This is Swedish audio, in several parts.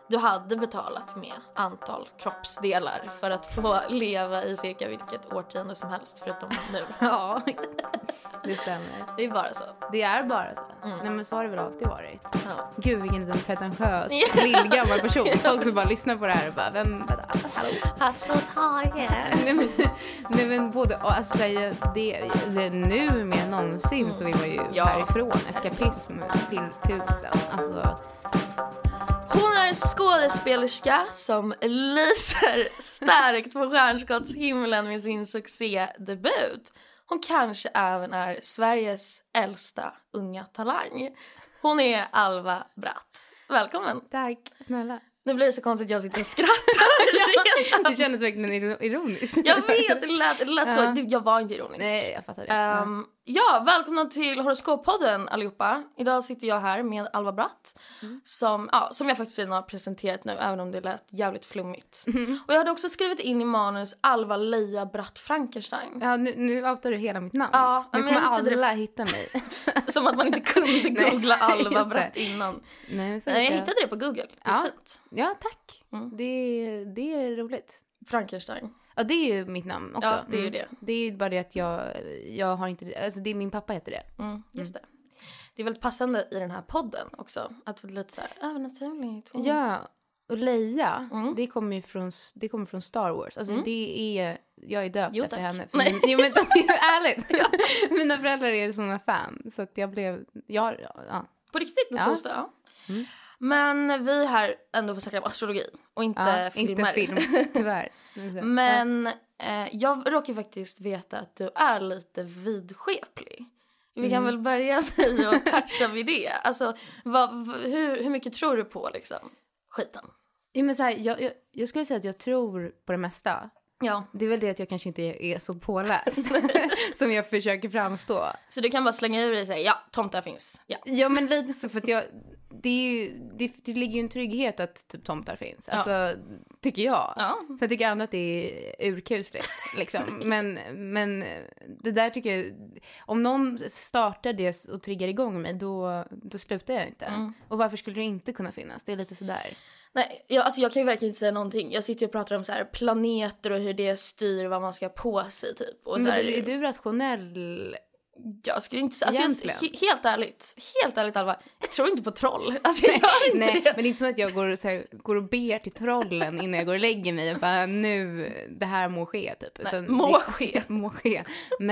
du hade betalat med antal kroppsdelar för att få leva i cirka vilket årtionde som helst förutom nu. Ja, det stämmer. Det är bara så. Det är bara så. Nej, men så har det väl alltid varit. Ja. Gud, vilken liten pretentiös, lillgammal person. Folk som bara lyssnar på det här och bara, hallå? Hasse och Tage. Nej, men både, alltså, det nu mer än någonsin så vill man ju härifrån. Eskapism till 1000. Alltså... Hon är en skådespelerska som lyser starkt på stjärnskottshimlen med sin succédebut. Hon kanske även är Sveriges äldsta unga talang. Hon är Alva Bratt. Välkommen. Tack, snälla. Nu blir det så konstigt att jag sitter och skrattar. Det kändes verkligen ironiskt. Jag vet, det lät så. Jag var inte ironisk. Nej, jag fattar det. Ja, välkomna till Horoskoppodden allihopa. Idag sitter jag här med Alva Bratt. Som jag faktiskt redan har presenterat nu, även om det lät jävligt flummigt. Och jag hade också skrivit in i manus Alva Leia Bratt Frankenstein. Ja, nu outar du hela mitt namn. Ja, nu men kommer alla hitta mig. Som att man inte kunde googla Alva Bratt innan. Nej, jag hittade det på Google. Det är fint. Ja, tack. Det är roligt. Frankenstein. Ja, det är ju mitt namn också. Ja, det är ju det. Det är ju bara det att jag har inte... Alltså, det är min pappa heter det. Just det. Det är väldigt passande i den här podden också. Att vara lite så här övernaturligt. Ja, och Leia, det kommer från Star Wars. Alltså det är... Jag är döpt efter henne. Men ärligt. Mina föräldrar är såna fan. Så att jag blev... På riktigt? Ja. Men vi här ändå får snacka om astrologi och inte filmer. Inte film, tyvärr. Men jag råkar faktiskt veta att du är lite vidskeplig. Vi kan väl börja med att toucha vid det. Alltså, hur mycket tror du på liksom skiten? Ja, men så här, jag skulle säga att jag tror på det mesta. Ja. Det är väl det att jag kanske inte är så påläst som jag försöker framstå. Så du kan bara slänga ur dig och säga, ja, tomtar finns. Ja, men lite så, för att det ligger ju en trygghet att typ tomtar finns. Alltså, tycker jag. Ja. Så jag tycker andra att det är urkusligt. Liksom. men det där tycker jag, om någon startar det och triggar igång mig, då slutar jag inte. Och varför skulle det inte kunna finnas? Det är lite sådär. Nej, jag kan ju verkligen inte säga någonting. Jag sitter och pratar om så här planeter och hur det styr vad man ska ha på sig typ. Och så men här, är du rationell? Jag skulle inte säga, alltså helt ärligt Alva, jag tror inte på troll. Alltså jag gör inte det. Men det är inte som att jag går och ber till trollen innan jag går och lägger mig och bara nu, det här må ske typ. Utan må ske.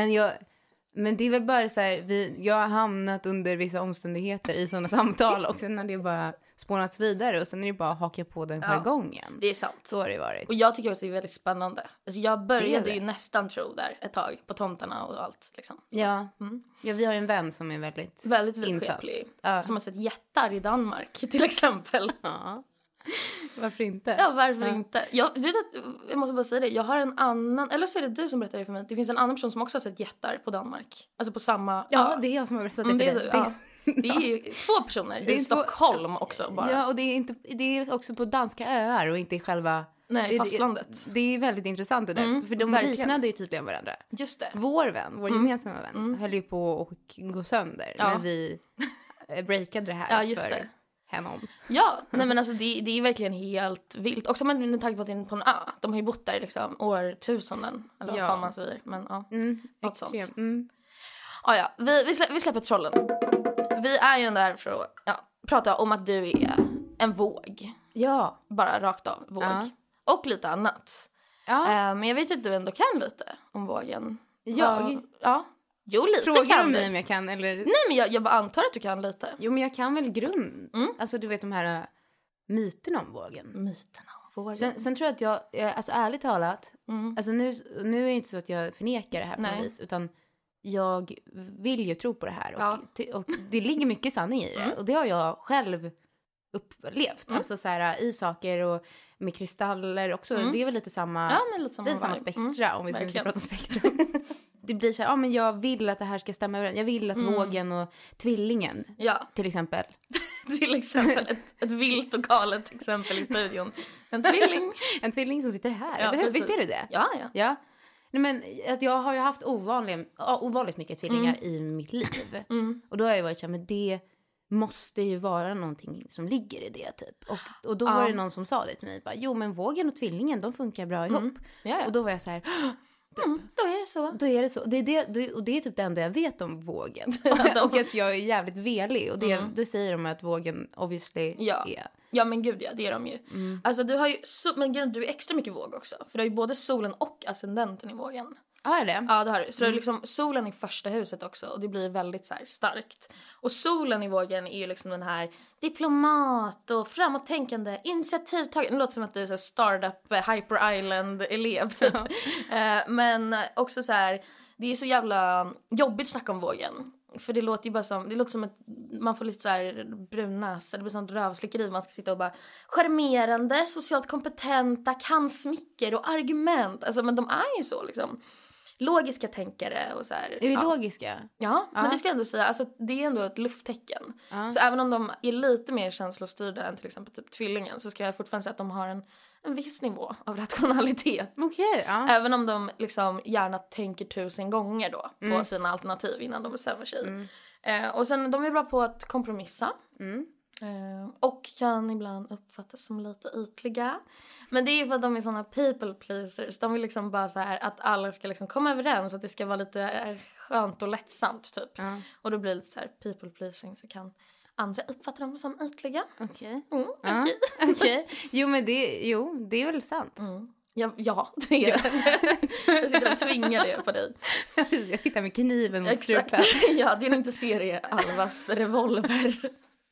Men det är väl bara så här, jag har hamnat under vissa omständigheter i sådana samtal och sen har det bara spånats vidare och sen är det bara att haka på den här gången. Det är sant. Så har det varit. Och jag tycker också det är väldigt spännande. Alltså jag började ju nästan tro där ett tag på tomtarna och allt liksom. Ja, vi har ju en vän som är väldigt vidskeplig. Som har sett jättar i Danmark till exempel. Ja. Varför inte? Ja, varför inte? Jag måste bara säga det. Jag har en annan... Eller så är det du som berättar det för mig. Det finns en annan person som också har sett jättar på Danmark. Alltså på samma... Ja, det är jag som har berättat det för dig. Det är ju 2 personer i Stockholm också bara. Ja, och det är också på danska öar och inte i själva... Nej, fastlandet. Det är väldigt intressant det där. För de liknade ju tydligen varandra. Just det. Vår gemensamma vän höll ju på att gå sönder när vi breakade det här för honom. Ja, nej men alltså det är verkligen helt vilt. Också med tanke på att det är på en ö. De har ju bott där liksom årtusenden. Eller vad fan man säger. Men något sånt. Ja, vi släpper trollen. Vi är ju där för att prata om att du är en våg. Ja. Bara rakt av våg. Ja. Och lite annat. Ja. Men jag vet att du ändå kan lite om vågen. Jag? Ja. Jo, lite frågar kan du du. Mig om jag kan eller? Nej, men jag bara antar att du kan lite. Jo, men jag kan väl grund. Alltså du vet de här myterna om vågen. Myterna om vågen. Sen tror jag att jag alltså ärligt talat, alltså nu är det inte så att jag förnekar det här på något vis, utan jag vill ju tro på det här och det ligger mycket sanning i det och det har jag själv upplevt. Alltså så här, i saker och med kristaller också. Det är väl lite samma, lite samma spektra om vi ska inte prata spektra. Det blir så här, men jag vill att det här ska stämma överens. Jag vill att vågen och tvillingen, till exempel. Till exempel ett vilt och galet exempel i studion. En tvilling som sitter här. Ja, visst är det det? Ja. Nej, men att jag har ju haft ovanligt mycket tvillingar i mitt liv. Och då har jag varit så här, men måste ju vara någonting som ligger i det typ. Och då var det någon som sa det till mig. Bara, jo men vågen och tvillingen, de funkar bra ihop. Ja. Och då var jag så här... Då är det så. Då är det så. Och det är typ det enda jag vet om vågen. Och att jag är jävligt velig. Och det säger de att vågen obviously är... Ja men gud ja, det är de ju. Alltså du har ju, men du är extra mycket våg också. För du har ju både solen och ascendenten i vågen. Ja, är det? Ja, det har du. Så det är liksom solen i första huset också. Och det blir väldigt så här starkt. Och solen i vågen är ju liksom den här diplomat och framåttänkande, initiativtagare. Det låter som att det är så här startup Hyper Island-elev typ. Men också så här, det är så jävla jobbigt att snacka om vågen. För det låter ju bara som att man får lite så här brunäs. Det blir sånt rövslickeri. Man ska sitta och bara charmerande, socialt kompetenta, kan smicker och argument. Alltså men de är ju så liksom. Logiska tänkare och så här. Är vi logiska? Ja, men det ska jag ändå säga. Alltså det är ändå ett lufttecken. Så även om de är lite mer känslostyrda än till exempel typ tvillingen, så ska jag fortfarande säga att de har en viss nivå av rationalitet. Okej, ja. Även om de liksom gärna tänker 1000 gånger då på sina alternativ innan de bestämmer sig. Och sen de är bra på att kompromissa. Och kan ibland uppfattas som lite ytliga. Men det är för att de är såna people pleasers. De vill liksom bara så här att alla ska liksom komma överens, att det ska vara lite skönt och lättsamt typ. Och då blir det lite så här people pleasing, så kan andra uppfatta dem som ytliga. Okej. Okej. Jo men det är väl sant. Ja, det är det. Jag sitter och tvingar det på dig. Jag tittar med kniven mot strupen. Ja, det är inte serie Alvas revolver.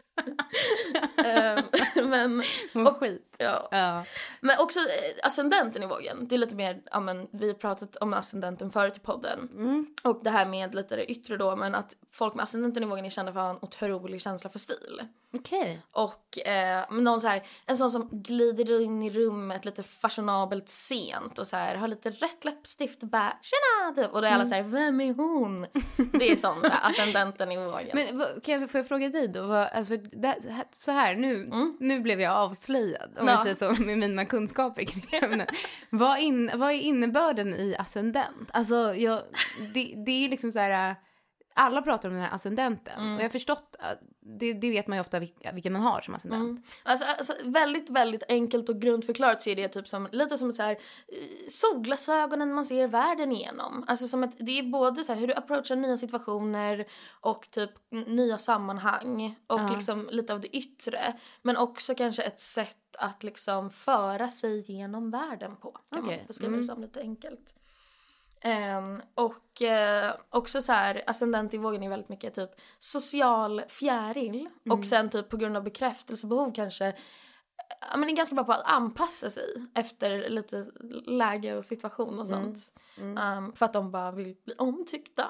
Men skit. Ja. Men också ascendenten i vågen. Det är lite mer, vi har pratat om ascendenten förut i podden. Och det här med lite det yttre då, men att folk med ascendenten i vågen är kända för att ha en otrolig känsla för stil. Okej. Och någon så här, en sån som glider in i rummet lite fashionabelt sent och så här har lite rött läppstift och bara tjena typ. Och då är alla så här, vem är hon? Det är sån så här, ascendenten i vågen. Men får jag fråga dig då? Alltså, så här, nu blev jag avslöjad om jag säger så, med mina kunskaper kring ämnet. Vad är innebörden i ascendent? Alltså det är liksom så här, alla pratar om den här ascendenten. Och jag har förstått att det vet man ju ofta vilken man har som ascendent. Alltså väldigt, väldigt enkelt och grundförklarat så är det typ lite som ett så här solglasögonen man ser världen igenom. Alltså som det är både så här hur du approachar nya situationer och typ nya sammanhang och liksom lite av det yttre, men också kanske ett sätt att liksom föra sig genom världen på, kan man beskriva det som lite enkelt. Och också så här, ascendent i vågen är väldigt mycket typ social fjäril och sen typ på grund av bekräftelsebehov kanske är ganska bra på att anpassa sig efter lite läge och situation och sånt. För att de bara vill bli omtyckta.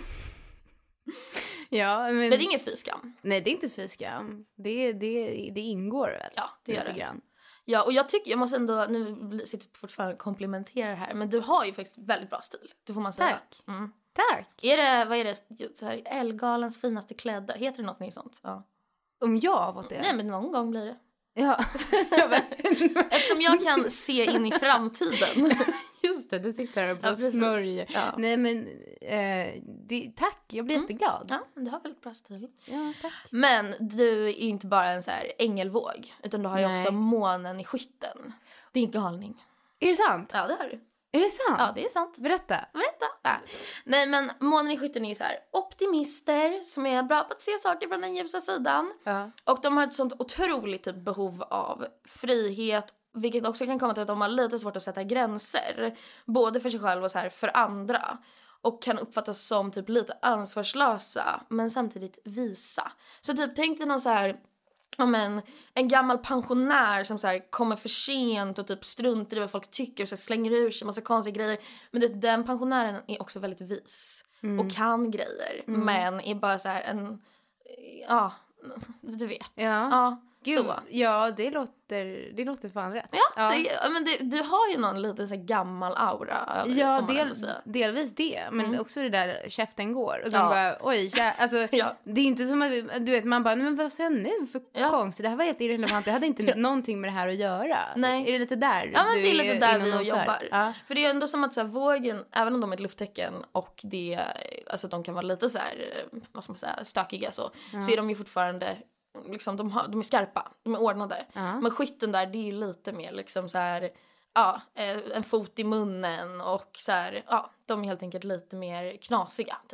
Ja, men det är ingen fyskam. Nej, det är inte fyskam. Det ingår väl. Ja, det gör det. Grann. Ja, och jag måste ändå, nu sitter jag fortfarande och komplimenterar här, men du har ju faktiskt väldigt bra stil, det får man säga. Tack. Tack. Vad är det så här, Ellegalens finaste klädda, heter det något sånt? Ja. Om jag har fått det? Nej, men någon gång blir det. Ja. Eftersom jag kan se in i framtiden. Just det, du sitter här på smörj. Ja. Nej, men tack, jag blir jätteglad. Ja, men du har väldigt bra stil. Ja, tack. Men du är inte bara en så här ängelvåg, utan du har ju också månen i skytten. Det är en galning. Är det sant? Ja, det har du. Är det sant? Ja, det är sant. Berätta. Ja. Nej, men månen i skytten är ju så här optimister som är bra på att se saker från den ljusa sidan. Ja. Och de har ett sånt otroligt typ behov av frihet, vilket också kan komma till att de har lite svårt att sätta gränser. Både för sig själva och så här för andra. Och kan uppfattas som typ lite ansvarslösa, men samtidigt visa. Så typ tänk dig någon så här... en gammal pensionär som så här kommer för sent och typ struntar i vad folk tycker och så slänger ur sig massa konstiga grejer. Men den pensionären är också väldigt vis och kan grejer, men är bara så här du vet. Ja. Gud, så. Ja, det låter fan rätt. Ja. Men du har ju någon lite så här gammal aura över det, får man ändå säga. Delvis det. Men också det där käften går. Och sen bara, oj, alltså, det är inte som att, du vet, man bara, men vad säger jag nu för konstigt? Det här var helt irrelevant. Det hade inte någonting med det här att göra. Nej. Är det lite där? Ja, men det är lite där vi och jobbar. Ja. För det är ändå som att så här, vågen, även om de är ett lufttecken och det, alltså de kan vara lite så här, vad ska man säga, stökiga så är de ju fortfarande liksom, de är skarpa, de är ordnade. Men skytten där, det är ju lite mer liksom så här, en fot i munnen och så här, de är helt enkelt lite mer knasiga typ.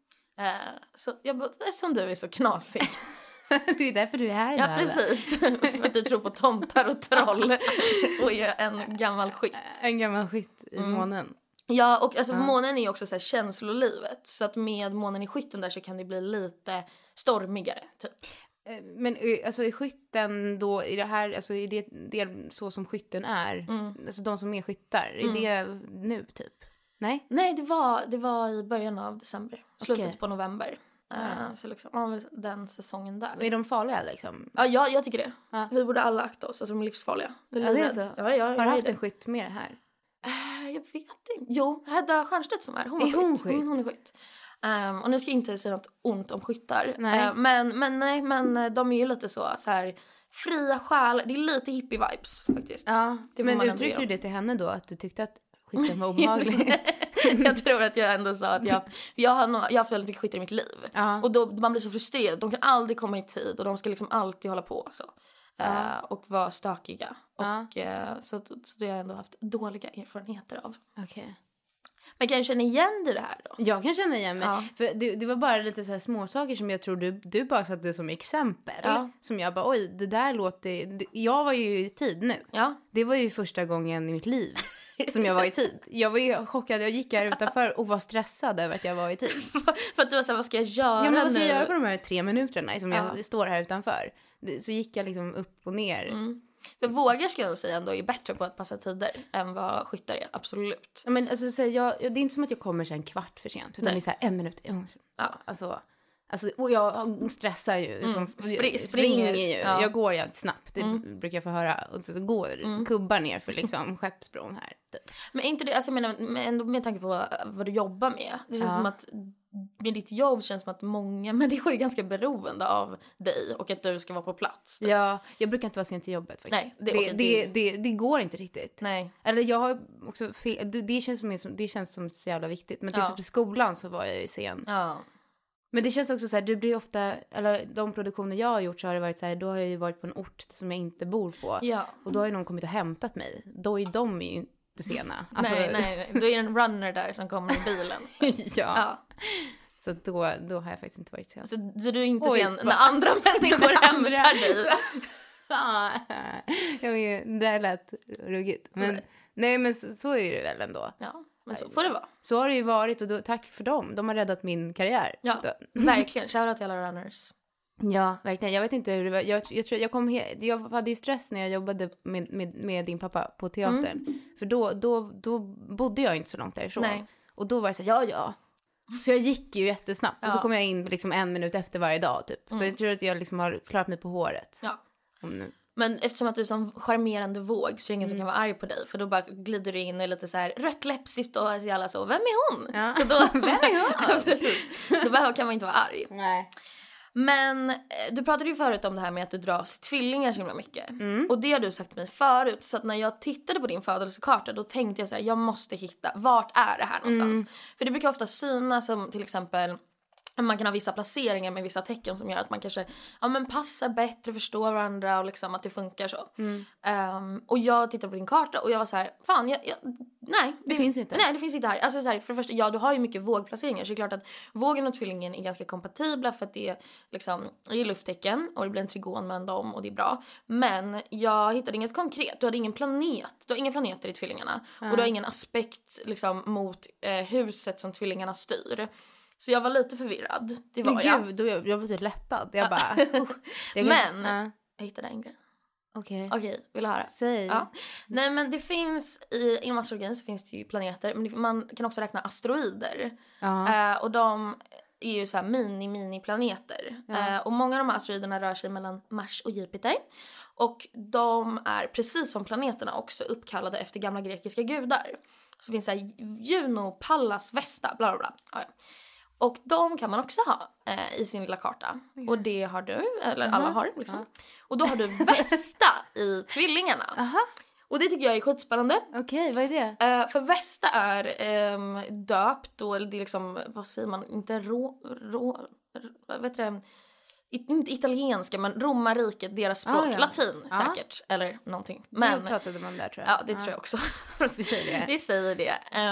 Så eftersom du är så knasig. Det är därför du är här. Ja, precis. För att du tror på tomtar och troll och är en gammal skytt. En gammal skytt i månen. Ja, och alltså månen är ju också så här känslolivet. Så att med månen i skytten där så kan det bli lite stormigare typ. Men alltså i skytten då, i det här, alltså i det så som skytten är, alltså de som är skyttar, är det nu typ? Nej? Nej, det var i början av december, slutet på november. Så liksom, den säsongen där. Är de farliga liksom? Ja, jag tycker det. Vi borde alla akta oss, alltså de är livsfarliga. Det är så? Har du haft en skytt med det här? Jag vet inte. Jo, Hedda Stiernstedt som är. Hon var skytt. Hon är skytt. Och nu ska jag inte säga något ont om skyttar. Nej. Men de är ju lite så här fria själ. Det är lite hippie-vibes faktiskt. Ja, men uttryckte du det till henne då? Att du tyckte att skytten var obehaglig? Jag tror att jag ändå sa att jag har haft väldigt mycket skyttar i mitt liv. Och då man blir så frustrerad. De kan aldrig komma i tid och de ska liksom alltid hålla på så. Och vara stökiga. Och, så det har jag ändå haft dåliga erfarenheter av. Okej. Men kan du känna igen det här då? Jag kan känna igen mig. För det var bara lite så här småsaker som jag tror du bara satte som exempel. Som jag bara, oj, det där låter... Jag var ju i tid nu. Det var ju första gången i mitt liv som jag var i tid. Jag var ju chockad. Jag gick här utanför och var stressad över att jag var i tid. För att du var så här, vad ska jag göra nu? Vad ska jag göra på de här 3 minuterna som jag står här utanför? Så gick jag liksom upp och ner. För vågar ska jag säga ändå är bättre på att passa tider än vad skyttar är, absolut. Men alltså, det är inte som att jag kommer så en kvart för sent, utan det är så här 1 minut. Alltså, och jag stressar ju. Springer ju. Jag går jävligt snabbt, det brukar jag få höra. Och så går kubbar ner för liksom Skeppsbron här. Typ. Men inte det, alltså, ändå med tanke på vad du jobbar med. Det känns som att med ditt jobb känns som att många människor är ganska beroende av dig och att du ska vara på plats. Typ. Ja, jag brukar inte vara sen till jobbet faktiskt. Nej, det går inte riktigt. Nej. Eller jag har också det känns som så jävla viktigt. Men till exempel i skolan så var jag ju sen. Ja. Men det känns också så här, du blir ofta, eller de produktioner jag har gjort så har det varit så här, då har jag ju varit på en ort som jag inte bor på. Ja. Och då har ju någon kommit och hämtat mig. Då är de ju inte sena. Alltså, nej. Då är det en runner där som kommer i bilen. ja. Så då har jag faktiskt inte varit sen. Så du är inte sen när andra människor hämtar dig? Det där lät ruggigt. Men, nej, men så är det väl ändå. Ja, men så får det vara. Så har det ju varit och tack för dem. De har räddat min karriär. Ja, verkligen. Shoutout till alla runners. Ja, verkligen. Jag vet inte hur det var. Jag hade ju stress när jag jobbade med din pappa på teatern. För då bodde jag inte så långt därifrån. Nej. Och då var det så här, ja. Så jag gick ju jättesnabbt. Och så kom jag in liksom 1 minut efter varje dag typ. Så jag tror att jag liksom har klarat mig på håret. Ja. Men eftersom att du är som charmerande våg så är det ingen som kan vara arg på dig. För då bara glider du in och är lite så här rött läppstift och alla så, vem är hon? Ja. Så då, vem är hon? Ja, precis. Då kan man inte vara arg. Nej. Men du pratade ju förut om det här med att du dras till tvillingar så himla mycket. Och det har du sagt till mig förut. Så att när jag tittade på din födelsekarta då tänkte jag så här, jag måste hitta, vart är det här någonstans? För det brukar ofta synas som till exempel, man kan ha vissa placeringar med vissa tecken som gör att man kanske passar bättre, förstår varandra och liksom att det funkar så. Och jag tittade på din karta och jag var så här, fan, nej. Det finns inte. Nej, det finns inte här. Alltså så här, för det första, du har ju mycket vågplaceringar så det är klart att vågen och tvillingen är ganska kompatibla för att det är liksom, i lufttecken och det blir en trigon mellan dem och det är bra. Men jag hittade inget konkret. Du har inga planeter i tvillingarna och du har ingen aspekt liksom mot huset som tvillingarna styr. Så jag var lite förvirrad. Det var jag. Men gud, jag blev lättad. Jag bara... jag hittade en grej. Okej, vill du höra? Säg. Ja. Nej, men det finns inom astrologin så finns det ju planeter. Men man kan också räkna asteroider. Och de är ju så här mini-planeter. Och många av de här asteroiderna rör sig mellan Mars och Jupiter. Och de är precis som planeterna också uppkallade efter gamla grekiska gudar. Så finns det här Juno, Pallas, Vesta, bla bla bla. Ja. Och de kan man också ha i sin lilla karta. Och det har du, eller alla har liksom. Och då har du Vesta i tvillingarna. Och det tycker jag är skitspännande. Okej, vad är det? För Vesta är döpt då, eller det är liksom, vad säger man, inte vad heter det? Inte italienska, men romarriket, deras språk, latin säkert, eller någonting. Men det pratade man där, tror jag. Ja, det tror jag också. Vi säger det. Vi säger det.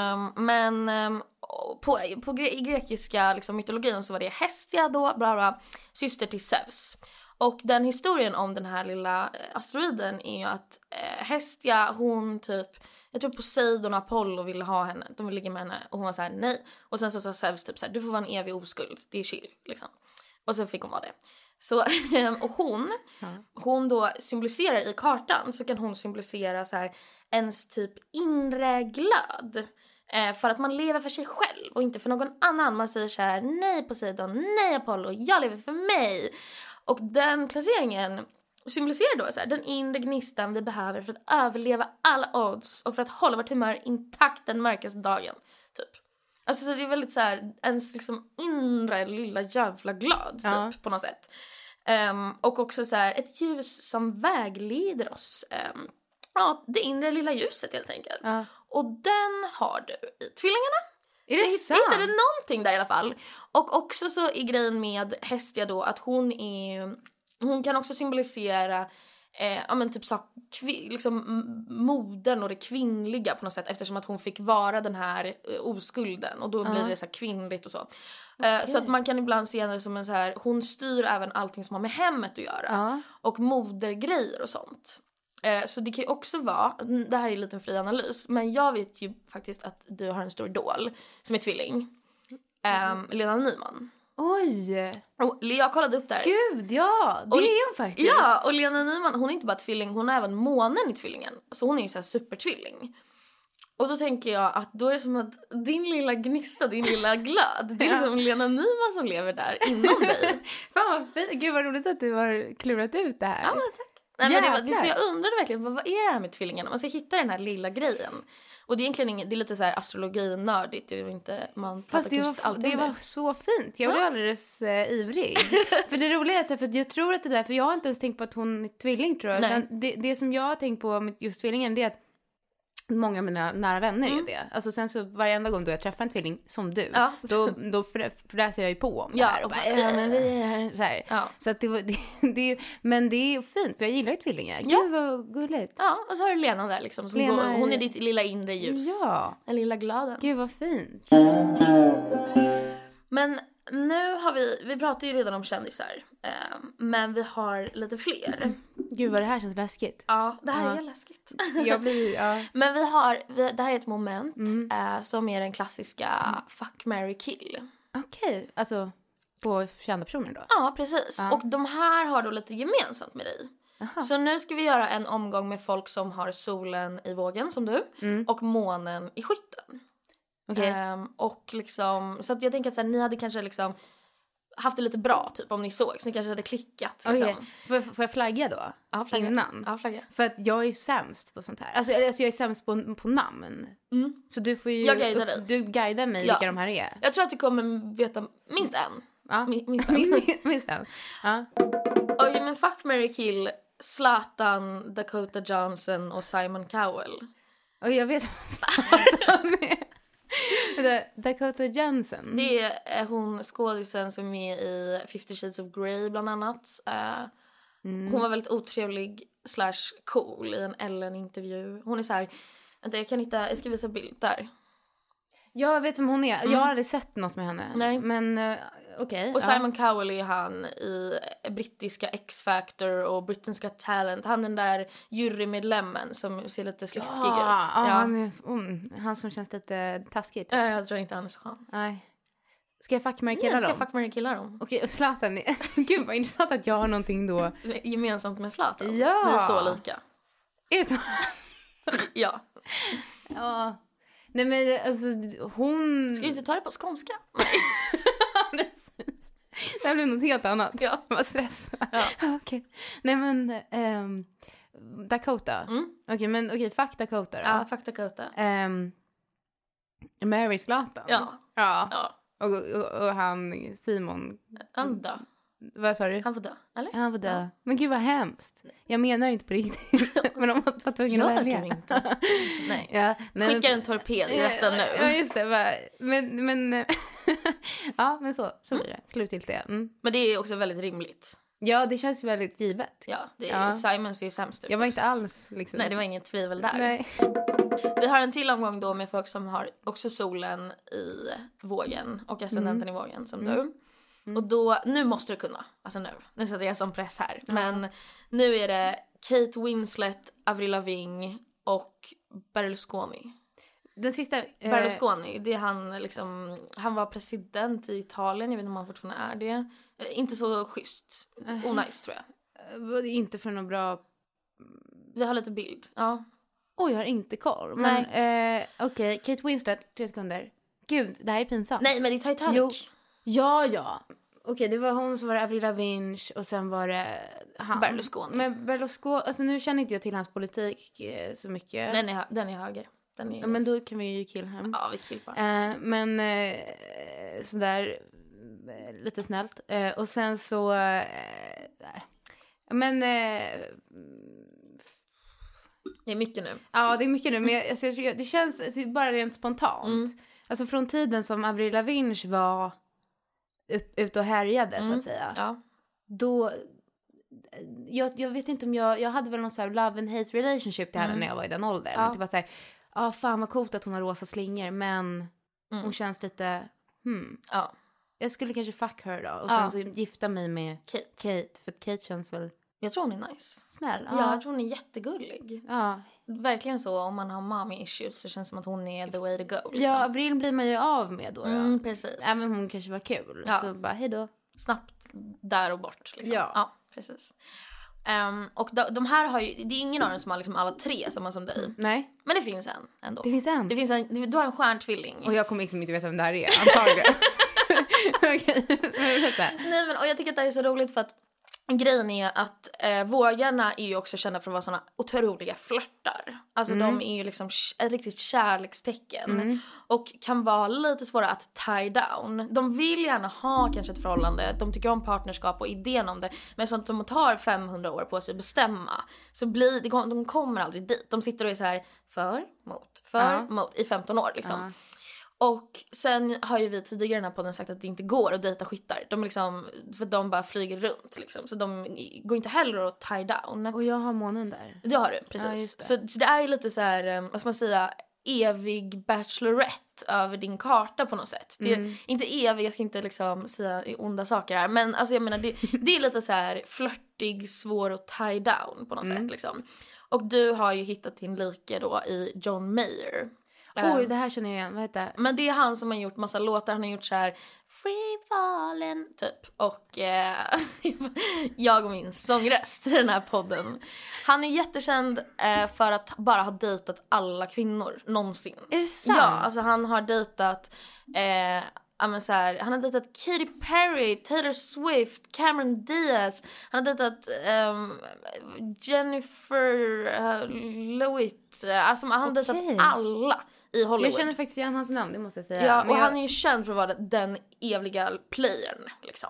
I grekiska liksom, mytologin så var det Hestia då, bla bla, syster till Zeus. Och den historien om den här lilla asteroiden är ju att Hestia, hon typ, jag tror Poseidon och Apollo ville ha henne, de ville ligga med henne, och hon var så här nej. Och sen så sa Zeus typ så här, du får vara en evig oskuld, det är chill liksom. Och så fick hon vara det. Så, och hon då symboliserar i kartan, så kan hon symbolisera så här ens typ inre glöd. För att man lever för sig själv och inte för någon annan. Man säger så här, nej Poseidon, nej Apollo, jag lever för mig. Och den placeringen symboliserar då så här, den inre gnistan vi behöver för att överleva alla odds och för att hålla vårt humör intakt den mörkaste dagen, typ. Alltså det är väldigt så här, ens liksom inre lilla jävla glöd typ, på något sätt. Och också så här, ett ljus som vägleder oss. Det inre lilla ljuset helt enkelt. Och den har du i tvillingarna. Är det sant? Jag hittade någonting där i alla fall. Och också så är grejen med Hestia då att hon kan också symbolisera typ så liksom modern och det kvinnliga på något sätt, eftersom att hon fick vara den här oskulden, och då blir det så här kvinnligt och så. Så att man kan ibland se henne som en så här, hon styr även allting som har med hemmet att göra och modergrejer och sånt. Så det kan ju också vara, det här är en liten fri analys, men jag vet ju faktiskt att du har en stor idol som är tvilling, Lena Nyman. Oj! Och jag kollade upp där. Gud, ja, det är hon faktiskt. Ja, och Lena Nyman, hon är inte bara tvilling, hon är även månen i tvillingen. Så hon är ju så här supertvilling. Och då tänker jag att då är det som att din lilla gnista, din lilla glöd, det är liksom Lena Nyman som lever där inom dig. Fan vad fint, gud vad roligt att du har klurat ut det här. Ja, men tack. Nej, men för jag undrade verkligen, vad är det här med tvillingarna? Man ska hitta den här lilla grejen. Och det är egentligen det är lite så här astrologi-nördigt. Det är inte, man fast det var så fint. Jag blev alldeles ivrig. För det roliga är så, för jag tror att det där, för jag har inte ens tänkt på att hon är tvilling, tror jag. Utan det som jag har tänkt på med just tvillingen, det är att många av mina nära vänner är det. Alltså sen så varenda gång då jag träffar en tvilling som du, då fräser jag ju på om det här och bara, men vi är så här. Ja. Så att men det är ju fint, för jag gillar ju tvillingar. Gud vad gulligt. Ja, och så har du Lena där liksom, som hon är ditt lilla inre ljus. Ja. Den lilla glöden. Gud vad fint. Men nu har vi pratar ju redan om kändisar, men vi har lite fler. Gud vad det här känns läskigt. Ja, det här är läskigt. Jag blir, Men det här är ett moment som är den klassiska fuck, marry, kill. Okej, alltså på kända personer då? Ja, precis. Och de här har då lite gemensamt med dig. Aha. Så nu ska vi göra en omgång med folk som har solen i vågen som du och månen i skytten. Okay. Och liksom, så att jag tänker att så här, ni hade kanske liksom haft det lite bra typ om ni såg, så ni kanske hade klickat liksom. Okay. Får jag flagga då? Ja, flagga. Innan? Ja, flagga. För att jag är sämst på sånt här. Alltså jag är sämst på namn. Så du får ju, jag guidar dig. Du guidar mig vilka de här är. Jag tror att du kommer veta minst en. Ja. Minst en. Ja. Okej, men fuck, marry, kill Zlatan, Dakota Johnson och Simon Cowell. Och jag vet vad Zlatan är. Dakota Johnson. Det är hon skådisen som är i 50 Shades of Grey bland annat. Hon var väldigt otrevlig / cool i en Ellen-intervju. Hon är så här, vänta, jag ska visa bild där. Jag vet vem hon är. Jag har aldrig sett något med henne. Nej. Men okej. Och Simon Cowell är han i brittiska X-Factor och Britain's Got Talent. Han den där jurymedlemmen som ser lite sliskig ut. Ja, han som känns lite taskigt. Jag tror inte han är så skön. Nej. Ska jag fuck, marry, killa dem? Ska jag fuck, marry, killa dem. Okej, och Zlatan. Gud vad intressant att jag har någonting då gemensamt med Zlatan. Ja. Ni är så lika. Är det så? Ja. Ja. Nej men alltså hon... Ska du inte ta det på skånska? Nej. Precis. Det här blev något helt annat. Ja. Vad stress. Ja. Okej. Nej men Dakota. Okej, fuck Dakota då. Ja, fuck Dakota. Mary Zlatan. Ja. Och han Simon. Han dö. Vad sa du? Han får dö, eller? Han får dö. Men gud vad hemskt. Jag menar inte på riktigt. Men om man var tvungen att välja. Inte. Nej. Ja, skickar en torped i detta nu. Ja, just det. Men ja, men så blir det. Slutgiltigt det. Men det är också väldigt rimligt. Ja, det känns väldigt givet. Ja, Simons är ju sämst ut. Jag var inte alls liksom... Nej, det var inget tvivel där. Nej. Vi har en till omgång då med folk som har också solen i vågen och ascendenten i vågen som du. Och då, nu måste du kunna. Alltså nu sätter jag som press här. Men nu är det Kate Winslet, Avril Lavigne och Berlusconi. Den sista... Berlusconi, det är han liksom... Han var president i Italien, jag vet inte om han fortfarande är det. Inte så schysst. Onajs tror jag. Inte för någon bra... Vi har lite bild, ja. Jag har inte koll. Men okej, Kate Winslet, 3 sekunder. Gud, det här är pinsamt. Nej, men det är Titanic. Jo. Ja. Okej, det var hon som var Avril Lavigne och sen var det han. Berlusconi. Men Berlusconi, alltså nu känner inte jag till hans politik så mycket. Den är höger. Ja, men då kan vi ju kill hem. Ja, vi kill bara. Men sådär lite snällt. Och sen så men det är mycket nu. Ja, det är mycket nu. Men alltså, det känns alltså, bara rent spontant. Alltså från tiden som Avril Lavigne var ute och härjade så att säga. Ja. Då jag vet inte om jag hade väl någon så här love and hate relationship till henne när jag var i den åldern. Ja. Det var så här, fan vad coolt att hon har rosa slingor, men hon känns lite Ja. Jag skulle kanske fuck her då och sen så gifta mig med Kate för Kate känns väl... Jag tror hon är nice. Snäll. Ja, jag tror hon är jättegullig. Ja. Verkligen så, om man har mommy issues så känns det som att hon är the way to go. Liksom. Ja, Avril blir man ju av med då. Precis. Även hon kanske var kul. Ja. Så bara, hej då. Snabbt där och bort. Liksom. Ja. Precis. Och de här har ju, det är ingen av dem som har liksom alla 3 samma som dig. Nej. Men det finns en ändå. Det finns en. Du har en stjärntvilling. Och jag kommer liksom inte veta vem det här är, antagligen. Okej. Nej, men och jag tycker att det här är så roligt för att grejen är att vågarna är ju också kända för att vara såna otroliga flörtar. Alltså de är ju liksom ett riktigt kärlekstecken. Och kan vara lite svåra att tie down. De vill gärna ha kanske ett förhållande. De tycker om partnerskap och idén om det. Men så att de tar 500 år på sig att bestämma. Så de kommer aldrig dit. De sitter och är så här för, mot i 15 år liksom. Och sen har ju vi tidigare i den här podden sagt att det inte går att dejta skyttar. De liksom, för de bara flyger runt liksom. Så de går inte heller att tie down. Och jag har månen där. Det har du, precis. Så det är ju lite så här, vad ska man säga, evig bachelorette över din karta på något sätt. Det är inte evig, jag ska inte liksom säga onda saker här. Men alltså jag menar, det är lite så här flörtig, svår att tie down på något sätt liksom. Och du har ju hittat din like då i John Mayer. Oj, det här känner jag igen. Vad heter det? Men det är han som har gjort massa låtar. Han har gjort så här Free Fallen typ. Och jag och min sångröst i den här podden. Han är jättekänd för att bara ha dejtat alla kvinnor någonsin. Är det sant? Ja, alltså han har dejtat så här, han har dejtat Katy Perry, Taylor Swift, Cameron Diaz. Han har dejtat Jennifer Lewitt. Alltså han har dejtat alla i Hollywood. Jag känner faktiskt igen hans namn, det måste jag säga. Ja, och han är ju känd för att vara den eviga playern liksom.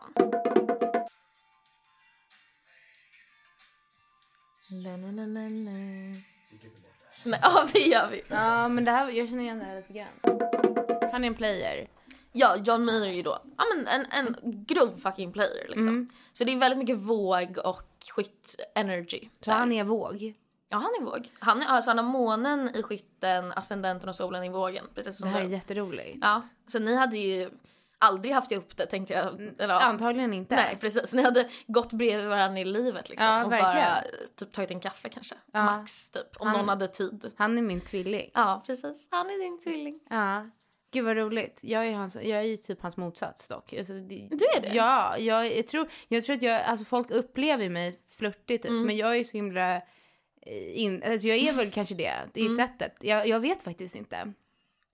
Nej, ja, det gör vi. Ja, men det här, jag känner igen det här lite grann. Han är en player. Ja, John Mayer är ju då en grov fucking player liksom. Så det är väldigt mycket våg och skytt-energy. Så han är våg? Ja, han är våg. Han har månen i skytten, ascendenten och solen i vågen. Precis som det här är jätteroligt. Ja, så ni hade ju aldrig haft ihop det, tänkte jag. Eller, antagligen inte. Nej, precis. Ni hade gått bredvid varandra i livet liksom. Ja, och verkligen. bara typ tagit en kaffe kanske. Ja. Max typ, om någon hade tid. Han är min tvilling. Ja, precis. Han är din tvilling. Ja. Gud vad roligt. Jag är ju typ hans motsats dock. Alltså, du är det? Ja, jag tror att alltså folk upplever mig flörtigt typ, men jag är så himla alltså jag är väl kanske det i sättet. Jag vet faktiskt inte.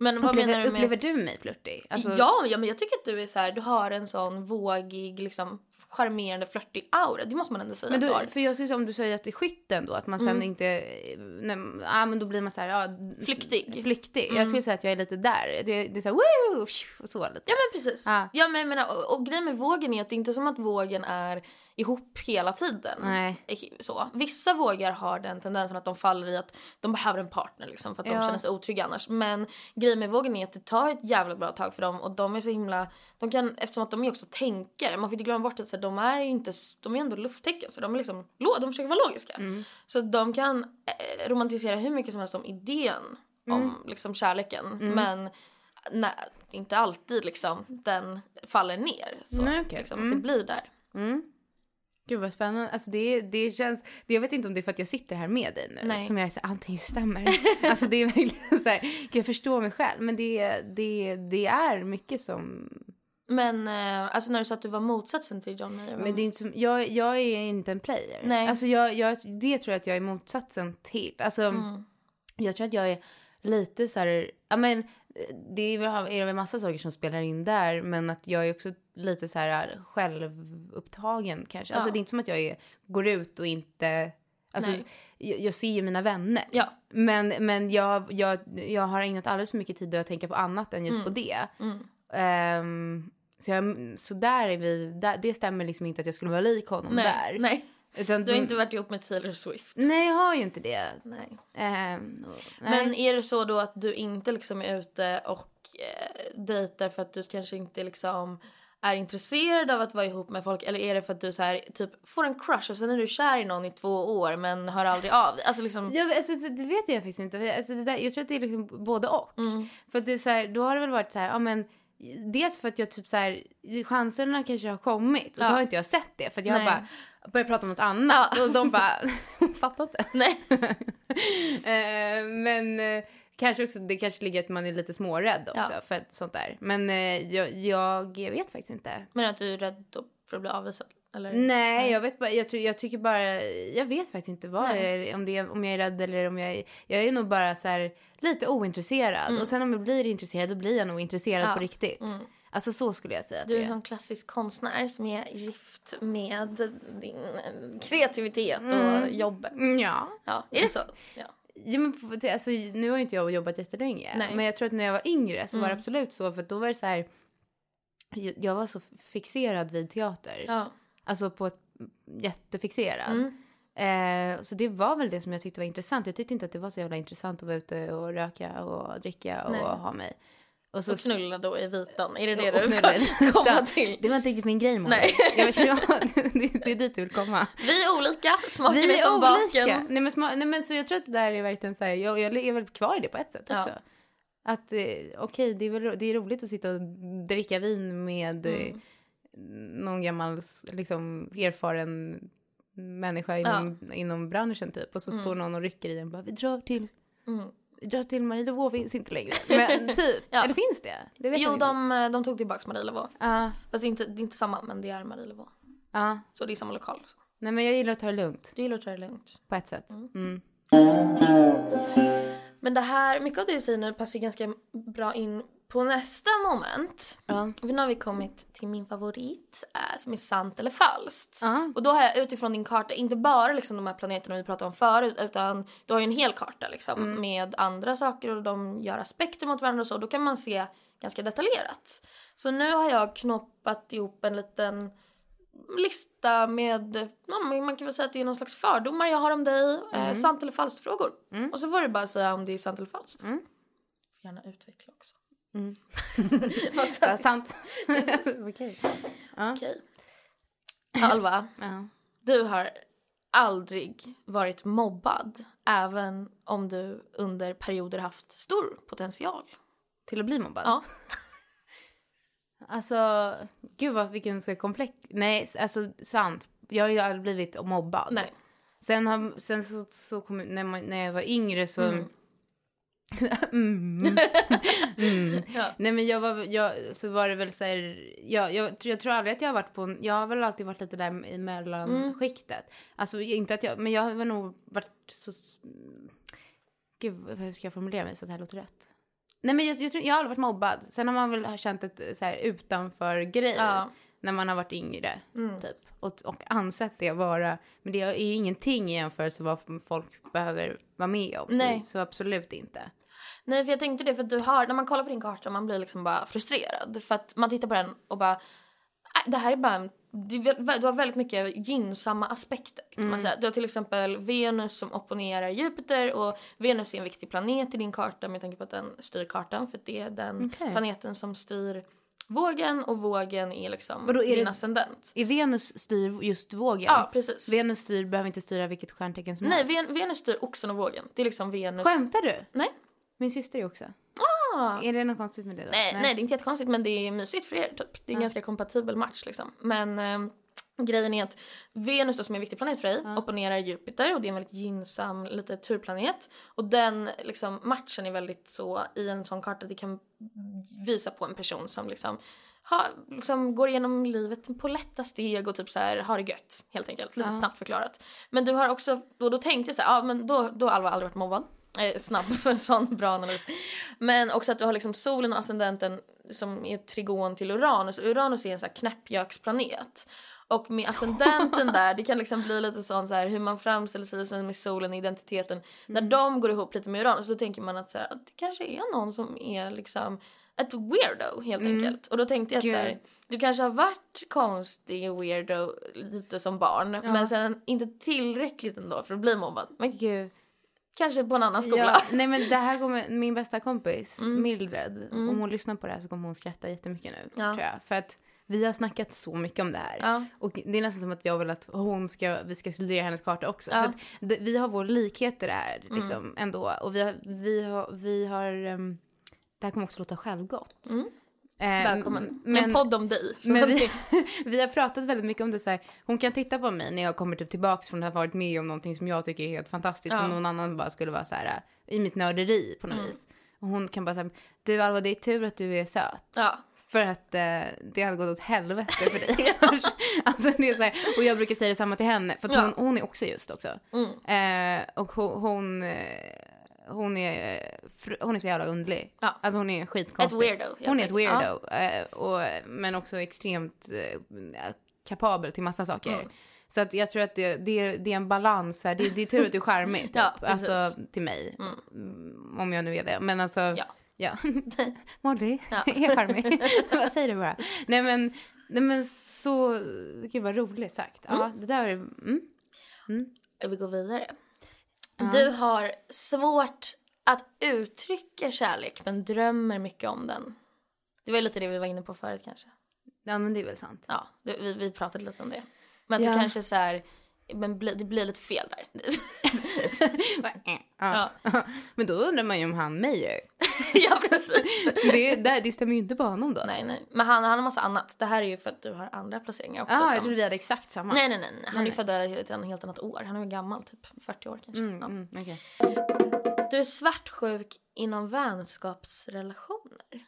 Men vad menar du med... Upplever du mig flörtig? Alltså... Ja, men jag tycker att du är så här, du har en sån vågig, liksom charmerande, flörtig aura. Det måste man ändå säga. Men då, för jag skulle säga, om du säger att det är skytten då, att man sen inte... men då blir man så här... Flyktig. Jag skulle säga att jag är lite där. Det är så här... Woo! Så lite. Ja, men precis. Ja, men jag menar, och grejen med vågen är att det inte är som att vågen är ihop hela tiden. Nej. Så. Vissa vågar har den tendensen att de faller i att de behöver en partner liksom, för att de känner sig otrygga annars. Men grejen med vågen är att det tar ett jävla bra tag för dem, och de är så himla, de kan, eftersom att de är också tänker, man får inte glömma bort att så här, de är ändå lufttecken, så de är liksom, de försöker vara logiska. Så de kan romantisera hur mycket som helst om idén om liksom kärleken, men nej, inte alltid liksom den faller ner så. Nej, okay. Liksom, att det blir där. Gud vad spännande. Alltså det känns... Jag vet inte om det är för att jag sitter här med dig nu. Nej. Som jag är så allting stämmer. Alltså det är verkligen så här... Jag förstår mig själv. Men det är mycket som... Men alltså när du sa att du var motsatsen till John Mayer. Men det är inte som... Jag är inte en player. Nej. Alltså det tror jag att jag är motsatsen till. Alltså jag tror att jag är lite så här... Ja men det är väl massa saker som spelar in där. Men att jag är också lite så här självupptagen kanske. Alltså det är inte som att jag går ut och inte... Alltså jag ser ju mina vänner. Ja. Men jag har ägnat alldeles för mycket tid att tänka på annat än just på det. Så där är vi... det stämmer liksom inte att jag skulle vara lik honom där. Nej. Utan du har inte varit ihop med Taylor Swift. Nej, jag har ju inte det. Nej. Men är det så då att du inte liksom är ute och dejtar för att du kanske inte liksom är intresserad av att vara ihop med folk, eller är det för att du så här, typ får en crush och sen är du kär i någon i 2 år men hör aldrig av dig? Alltså liksom... alltså, det vet jag faktiskt inte. Alltså, jag tror att det är liksom både och. För att det är så här, då har det väl varit så här, ja men dels för att jag typ så här, chanserna kanske har kommit och så har inte jag sett det för att jag har bara börjat prata om något annat och de bara fattar inte. Nej. Men kanske också, det kanske ligger att man är lite smårädd också för ett sånt där. Men jag vet faktiskt inte. Men att du är rädd för att bli avvisad? Eller? Nej, jag vet bara, jag tycker bara, jag vet faktiskt inte vad om jag är rädd eller om jag är nog bara så här lite ointresserad. Och sen om jag blir intresserad, då blir jag nog intresserad på riktigt. Alltså så skulle jag säga att du är en sån klassisk konstnär som är gift med din kreativitet och jobbet. Ja. Är det så? Ja. Ja, men alltså, nu har inte jag jobbat jättelänge. Nej. Men jag tror att när jag var yngre så var det absolut så. För då var det så här, jag var så fixerad vid teater. Ja. Alltså på ett jättefixerad. Så det var väl det som jag tyckte var intressant. Jag tyckte inte att det var så jävla intressant att vara ute och röka och dricka och ha mig. Och knulla då i vitan. Är det det du komma till? Det var inte riktigt min grej. Nej. Det är dit du vill komma. Vi är olika. Smaken är som baken. Nej, men så jag tror att det där är verkligen så här, jag är väl kvar i det på ett sätt också. Att okej, det är roligt att sitta och dricka vin med någon gammal liksom erfaren människa inom branschen typ. Och så står någon och rycker i en bara, vi drar till Marielevå finns inte längre. Men typ, eller finns det? Det vet jo, de tog tillbaka Marielevå. Fast det är inte samma, men det är Marielevå. Så det är samma lokal. Så. Nej, men jag gillar att ta det lugnt. Du gillar att ta det lugnt. På ett sätt. Men det här, mycket av det jag säger nu passar ganska bra in på nästa moment. Nu har vi kommit till min favorit som är sant eller falskt. Och då har jag utifrån din karta inte bara liksom de här planeterna vi pratade om förut, utan du har ju en hel karta liksom, med andra saker och de gör aspekter mot varandra och så. Då kan man se ganska detaljerat. Så nu har jag knoppat ihop en liten lista med, man kan väl säga att det är någon slags fördomar jag har om dig, sant eller falskt frågor. Och så får du bara säga om det är sant eller falskt. Får gärna utveckla också. Sant. Okej. Alva, du har aldrig varit mobbad, även om du under perioder haft stor potential till att bli mobbad. Alltså, gud vilken så komplex. Nej, alltså sant. Jag har ju aldrig blivit mobbad. Nej. Sen så kom, när jag var yngre så Nej, men så var det väl så här, jag tror aldrig att jag har varit på jag har väl alltid varit lite där i mellanskiktet. Alltså inte att men jag har nog varit så, gud, hur ska jag formulera mig så att det här låter rätt? Nej, men jag har aldrig varit mobbad. Sen har man väl känt ett så här utanför grej när man har varit yngre typ. Och ansett det vara, men det är ju ingenting i jämförelse vad folk behöver vara med om. Nej. Så absolut inte. Nej, för jag tänkte det, för att du har, när man kollar på din karta, man blir liksom bara frustrerad. För att man tittar på den och bara, det här är bara, du har väldigt mycket gynnsamma aspekter kan man säga. Du har till exempel Venus som opponerar Jupiter, och Venus är en viktig planet i din karta med tanke på att den styr kartan, för det är den planeten som styr vågen, och vågen är liksom din ascendent. Är Venus styr just vågen? Ja, precis. Venus behöver inte styra vilket stjärntecken som helst. Nej, Venus styr oxen och vågen. Det är liksom Venus. Skämtar du? Nej. Min syster är också. Är det något konstigt med det då? Nej, det är inte jättekonstigt, men det är mysigt för er typ. Det är en ganska kompatibel match liksom. Men grejen är att Venus då, som är en viktig planet för dig, opponerar Jupiter, och det är en väldigt gynnsam lite turplanet. Och den liksom, matchen är väldigt så i en sån karta att det kan visa på en person som liksom går igenom livet på lätta steg och typ så här har det gött helt enkelt, lite snabbt förklarat. Men du har också då tänkte jag så här, men då har Alva aldrig varit mobbad. Snabb, en sån bra analys. Men också att du har liksom solen och ascendenten som är trigon till Uranus. Uranus är en sån här knäppjöksplanet. Och med ascendenten där, det kan liksom bli lite sån så här, hur man framställer sig sen med solen, identiteten. När de går ihop lite med Uranus, då tänker man att, så här, att det kanske är någon som är liksom ett weirdo helt enkelt. Och då tänkte jag så här, du kanske har varit konstig och weirdo lite som barn, men sen inte tillräckligt ändå för att bli mobbad. Men gud, kanske på en annan skola. Ja, nej, men det här går med min bästa kompis, Mildred. Om hon lyssnar på det här så kommer hon skratta jättemycket nu, tror jag. För att vi har snackat så mycket om det här. Ja. Och det är nästan som att jag vill att vi ska studera hennes karta också. Ja. För att vi har vår likhet i det här liksom, ändå. Och vi har det här kommer också låta självgott. Välkommen. En podd om dig. Men vi har pratat väldigt mycket om det så här. Hon kan titta på mig när jag kommer typ tillbaka från att ha varit med om någonting som jag tycker är helt fantastiskt. Som någon annan bara skulle vara så här i mitt nörderi på något vis. Och hon kan bara säga, du Alva, det är tur att du är söt. Ja. För att det hade gått åt helvete för dig. Alltså det är så här, och jag brukar säga detsamma till henne. För att hon är också just också. Och hon är så jävla underlig. Ja. Alltså hon är skitkonstig. Hon är ett weirdo. Men också extremt kapabel till massa saker. Så att jag tror att det är en balans här. Det är tur att du är charmig. Typ. Alltså till mig. Om jag nu är det. Men alltså... Ja. Molly är charmig. Vad säger du bara? Nej men så... Gud vad roligt sagt. Ja, det där är... Vi går vidare. Du har svårt att uttrycka kärlek, men drömmer mycket om den. Det var lite det vi var inne på förut kanske. Ja, men det är väl sant. Ja, vi pratade lite om det. Men att du kanske så här... Men det blir lite fel där. Men då undrar man ju om han mig gör. Ja, precis. Det stämmer ju inte på honom då. Nej. Men han har en massa annat. Det här är ju för att du har andra placeringar också. Jag trodde vi hade exakt samma. Nej. Han är född ett helt annat år. Han är gammal, typ 40 år kanske. Okay. Du är svartsjuk inom vänskapsrelationer.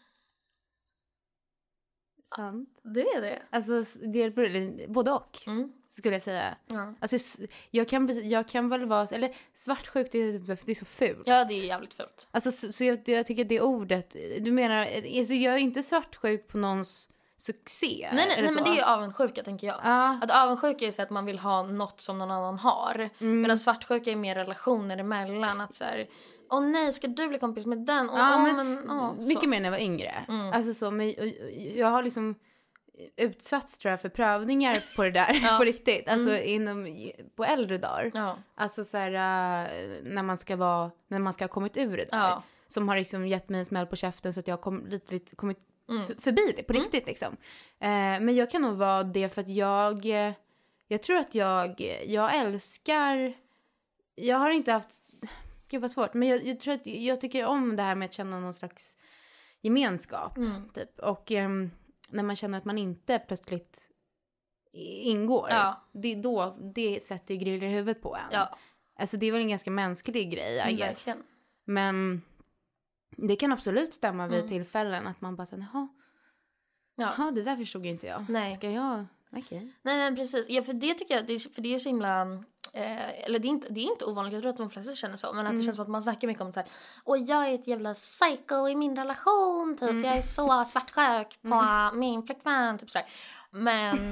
Sant. Det är det. Alltså, det är både och. Skulle jag säga. Alltså, jag kan väl vara... Eller svartsjuk, det är så fult. Ja, det är jävligt fult. Alltså, så jag tycker att det ordet... Du menar... Alltså, jag är inte svartsjuk på någons succé. Nej, men det är ju avundsjuka, tänker jag. Att avundsjuka är så att man vill ha något som någon annan har. Medan svartsjuka är mer relationer emellan. Att så här... nej, ska du bli kompis med den? Mycket mer när jag var yngre. Alltså så, men jag har liksom... utsatts tror jag för prövningar på det där på riktigt, alltså på äldre dagar, alltså så här, när man ska ha kommit ur det där, som har liksom gett mig en smäll på käften så att jag har kommit förbi det på riktigt liksom. Men jag kan nog vara det för att jag tror att jag älskar, jag har inte haft, gud vad svårt, men jag tror att jag tycker om det här med att känna någon slags gemenskap typ, och när man känner att man inte plötsligt ingår, det sätter ju griller i huvudet på en. Alltså det är väl en ganska mänsklig grej, I guess. Verkligen. Men det kan absolut stämma vid tillfällen att man bara säger, jaha, det där förstod ju inte jag. Nej. Ska jag... Okej. Nej, precis. Ja, för det tycker jag, för det är så himla eller det är inte ovanligt, jag tror att de flesta känner så, men att det känns som att man snackar mycket om så här, och jag är ett jävla psycho i min relation, typ, jag är så svartsjuk på min flickvän, typ sådär. Men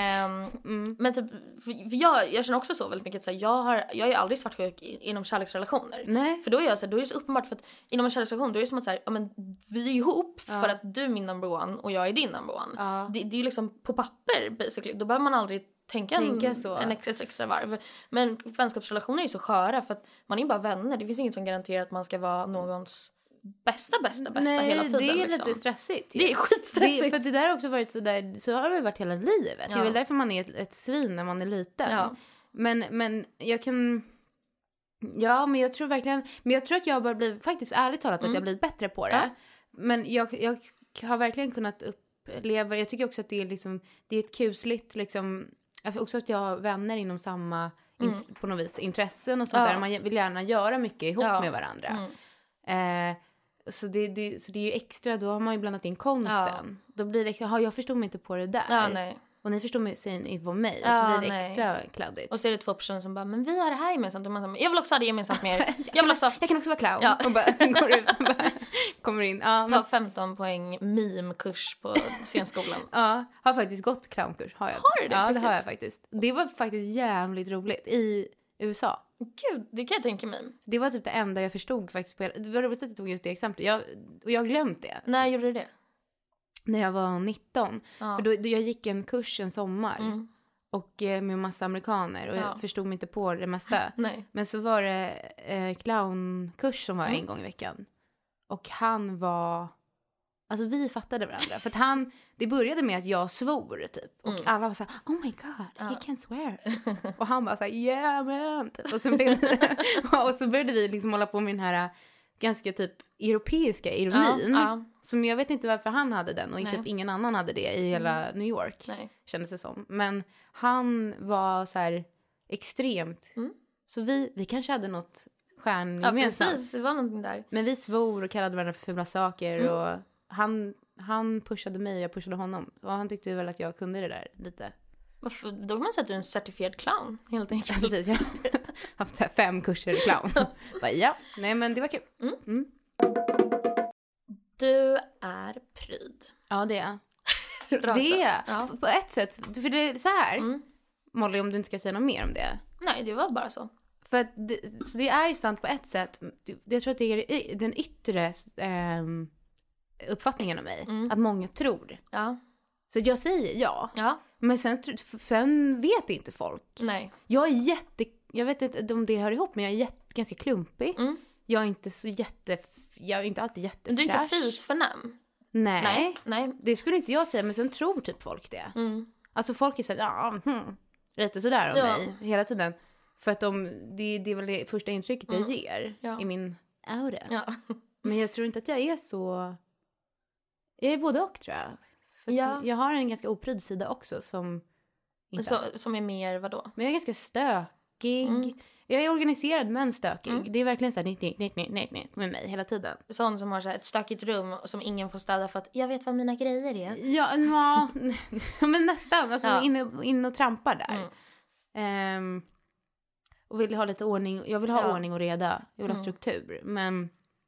men typ, för jag känner också så väldigt mycket så här, jag är aldrig svartsjuk inom kärleksrelationer. Nej. För då är jag så här, då är det så uppenbart, för att inom en kärleksrelation då är det som att så här, ja, men vi är ihop för att du är min number one och jag är din number one. Det är ju liksom på papper basically. Då behöver man aldrig tänka ett extra varv. Men vänskapsrelationer är ju så sköra för att man är bara vänner. Det finns inget som garanterar att man ska vara någons bästa hela tiden. Det är liksom. lite stressigt. Det är skitstressigt. För det där har också varit så har det varit hela livet. Det är väl därför man är ett svin när man är liten. Ja. Men jag kan... Ja, men jag tror verkligen... Men jag tror att jag bara blir... Faktiskt ärligt talat att jag har blivit bättre på det. Ja. Men jag har verkligen kunnat uppleva... Jag tycker också att det är liksom... Det är ett kusligt liksom... Också att jag har vänner inom samma... På något vis intressen och sånt där. Man vill gärna göra mycket ihop med varandra. Så det är ju extra, då har man ju blandat in konsten. Då blir det extra, jag förstod mig inte på det där. Nej. Och ni förstod mig inte på mig. Så blir det extra kladdigt. Och så är det 2 personer som bara, men vi har det här gemensamt. Och man säger, jag vill också ha det gemensamt med er. Jag kan också vara clown. Ja. Och bara går ut och bara kommer in. Ta 15 poäng meme-kurs på scenskolan. Har faktiskt gått clownkurs. Har du det? Ja, det har jag faktiskt. Det var faktiskt jävligt roligt i USA. Gud, det kan jag tänka mig. Det var typ det enda jag förstod faktiskt. Det var roligt att jag tog just det exemplet. Jag har glömt det. När gjorde du det? När jag var 19. För då jag gick en kurs en sommar. Och med massa amerikaner. Och jag förstod mig inte på det mesta. Nej. Men så var det clownkurs som var en gång i veckan. Och han var... Alltså vi fattade varandra. För att det började med att jag svor typ. Och alla var så här, oh my god, he can't swear. Och han bara så här, yeah man. Och så började vi liksom hålla på med den här ganska typ europeiska ironin. Som jag vet inte varför han hade den. Och typ ingen annan hade det i hela New York. Kändes det som. Men han var så här extremt. Så vi kanske hade något stjärngemensamt. Ja precis, det var någonting där. Men vi svor och kallade varandra för fula saker. Och han pushade mig och jag pushade honom. Och han tyckte väl att jag kunde det där lite. Varför? Då kan man säga att du är en certifierad clown helt enkelt. Ja, precis, jag har haft 5 kurser i clown. Nej men det var kul. Du är pryd. Ja det är det. På ett sätt. För det är så här. Molly, om du inte ska säga något mer om det. Nej, det var bara så. För att så det är ju sant på ett sätt. Jag tror att det är den yttre uppfattningen av mig. Att många tror. Ja. Så jag säger ja. Men sen vet inte folk. Nej. Jag vet inte om det hör ihop, men jag är ganska klumpig. Jag är inte så jag är inte alltid jättefräsch. Du är inte fisförnäm. Nej. Det skulle inte jag säga, men sen tror typ folk det. Alltså folk är såhär, lite sådär om mig hela tiden. För att det är väl det första intrycket jag ger i min aura. Ja. Men jag tror inte att jag är så... Jag är både och, tror jag. För jag har en ganska opryd sida också som... Som är mer, vadå? Men jag är ganska stökig. Jag är organiserad men stökig. Det är verkligen såhär nej med mig hela tiden. Sån som har så här ett stökigt rum som ingen får städa för att jag vet vad mina grejer är. Ja, men nästan. Alltså in och trampar där. Och vill ha lite ordning. Jag vill ha ordning och reda. Jag vill ha struktur. Men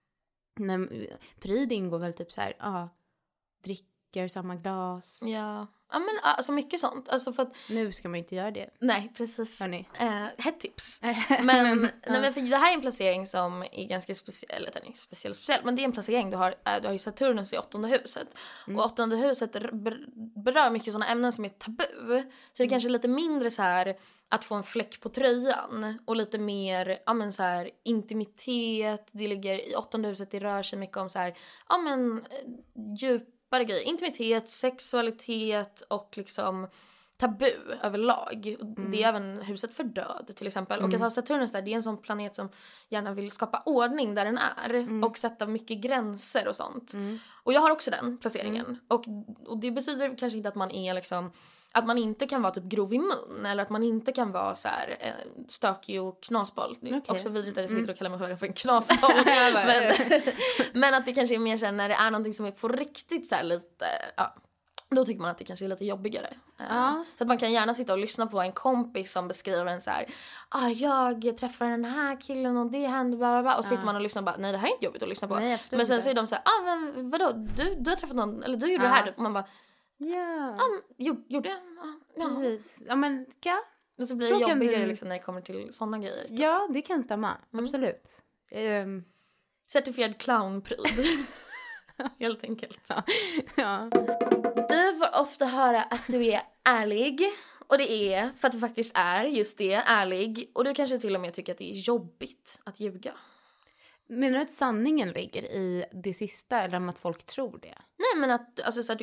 pryd ingår väl typ så här, dricker samma glas. Ja men alltså mycket sånt. Alltså för att nu ska man inte göra det. Nej, precis. Hett tips. Men för det här är en placering som är ganska speciell. Den är speciell. Men det är en placering du har ju Saturnus i 8:e huset. Och 8:e huset berör mycket sådana ämnen som är tabu. Så det är kanske lite mindre så här att få en fläck på tröjan. Och lite mer så här intimitet. Det ligger i 8:e huset. Det rör sig mycket om så här djupare grejer. Intimitet, sexualitet och liksom tabu överlag. Det är även huset för död till exempel. Och att ha Saturnus där, det är en sån planet som gärna vill skapa ordning där den är. Och sätta mycket gränser och sånt. Och jag har också den placeringen. Och det betyder kanske inte att man är liksom... Att man inte kan vara typ grov i mun. Eller att man inte kan vara så här stökig och knasboll. Det är också vidrigt att jag sitter och kallar mig själv för en knasboll. men att det kanske är mer så här, när det är någonting som är på riktigt så här lite Då tycker man att det kanske är lite jobbigare. Så att man kan gärna sitta och lyssna på en kompis som beskriver en så här: jag träffar den här killen och det händer bla bla bla. Och sitter man och lyssnar och bara, nej det här är inte jobbigt att lyssna på. Nej, men sen så är de så här, men vadå, du har träffat någon, eller du gjorde det här. Och man bara, gjorde jag? Ja. Precis. Ja, men och så blir det jobbigare liksom när det kommer till sådana grejer. Ja, det kan stämma. Absolut. Certifierad clownpryd. Helt enkelt. Ja. Du får ofta höra att du är ärlig. Och det är för att du faktiskt är just det, ärlig. Och du kanske till och med tycker att det är jobbigt att ljuga. Menar du att sanningen ligger i det sista eller om att folk tror det? Nej, men att alltså, så här,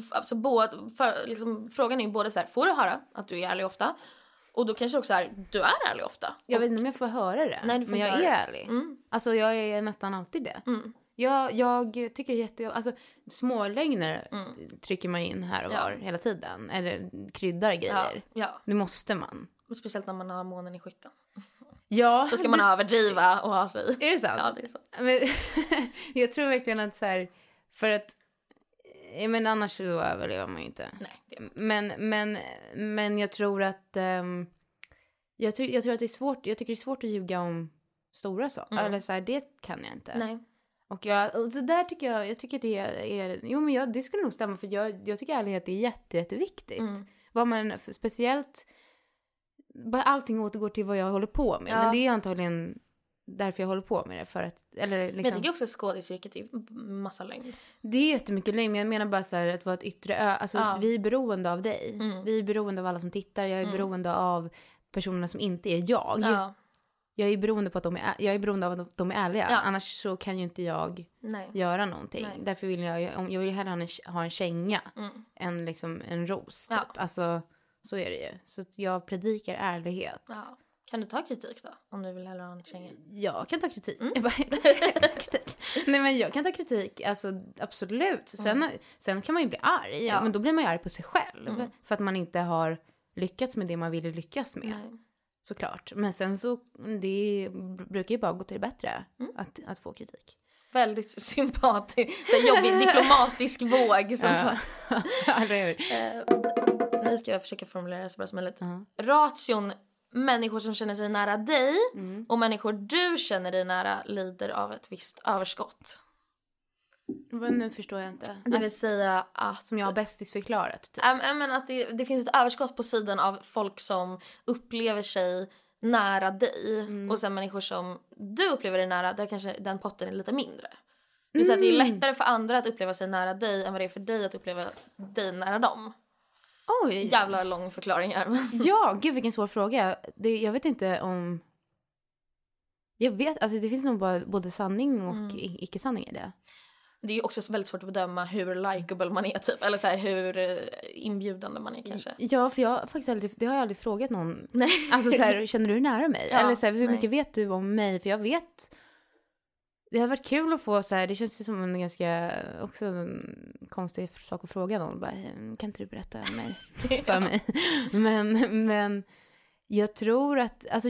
frågan är ju både så här, får du höra att du är ärlig ofta? Och då kanske också är, du är ärlig ofta. Jag vet inte om jag får höra det. Nej, du får men inte jag höra är ärlig. Alltså jag är nästan alltid det. Jag tycker alltså smålögner trycker man in här och var hela tiden. Eller kryddar grejer. Ja. Det måste man. Och speciellt när man har månen i skytten. Ja. Då ska man överdriva och ha sig. Är det sant? Ja, det är så. Men, jag tror verkligen att så här, för att men annars så överlever man ju inte. Nej, men jag tror att jag tror att det är svårt. Jag tycker det är svårt att ljuga om stora saker. Eller så här, det kan jag inte. Nej. Och så där tycker jag tycker det är det skulle nog stämma, för jag tycker ärlighet är jätteviktigt. Vad man speciellt allting återgår till vad jag håller på med. Men det är antagligen därför jag håller på med det, för att eller liksom. Men jag tycker också skådisyrket är massa lögn. Det är jättemycket lögn, men jag menar bara så här att vara ett yttre alltså vi är beroende av dig. Vi är beroende av alla som tittar. Jag är beroende av personerna som inte är jag. Jag är beroende av att de är ärliga. Annars så kan ju inte jag göra någonting. Nej. Därför vill jag vill hellre ha en känga än liksom en ros typ. Alltså så är det ju. Så att jag predikar ärlighet. Ja. Kan du ta kritik då? Om du vill hellre ha en känga? Jag kan ta kritik. Nej, men jag kan ta kritik. Alltså absolut. Sen kan man ju bli arg. Men då blir man ju arg på sig själv. För att man inte har lyckats med det man ville lyckas med. Nej. Såklart. Men sen så det brukar ju bara gå till det bättre att få kritik. Väldigt sympatisk. Så jobbig diplomatisk våg. Som nu ska jag försöka formulera det så bra som möjligt. Ration människor som känner sig nära dig och människor du känner dig nära lider av ett visst överskott. Men nu förstår jag inte. Det vill säga att som jag har bästis förklarat typ. Men att det finns ett överskott på sidan av folk som upplever sig nära dig och sen människor som du upplever dig nära, där kanske den potten är lite mindre. Det vill säga att det är lättare för andra att uppleva sig nära dig än vad det är för dig att uppleva dig nära dem. Oj. Jävla lång förklaring här. Ja, gud vilken svår fråga. Jag vet inte om. Jag vet, alltså det finns nog bara både sanning och icke-sanning i det. Det är ju också väldigt svårt att bedöma hur likeable man är typ. Eller så här, hur inbjudande man är kanske. Ja, för jag faktiskt det har jag aldrig frågat någon. Nej. Alltså så här, känner du nära mig? Ja, eller så här, hur mycket vet du om mig? För jag vet. Det har varit kul att få så här, det känns som en ganska också en konstig sak att fråga någon. Bara, kan inte du berätta om mig för mig? Men jag tror att, alltså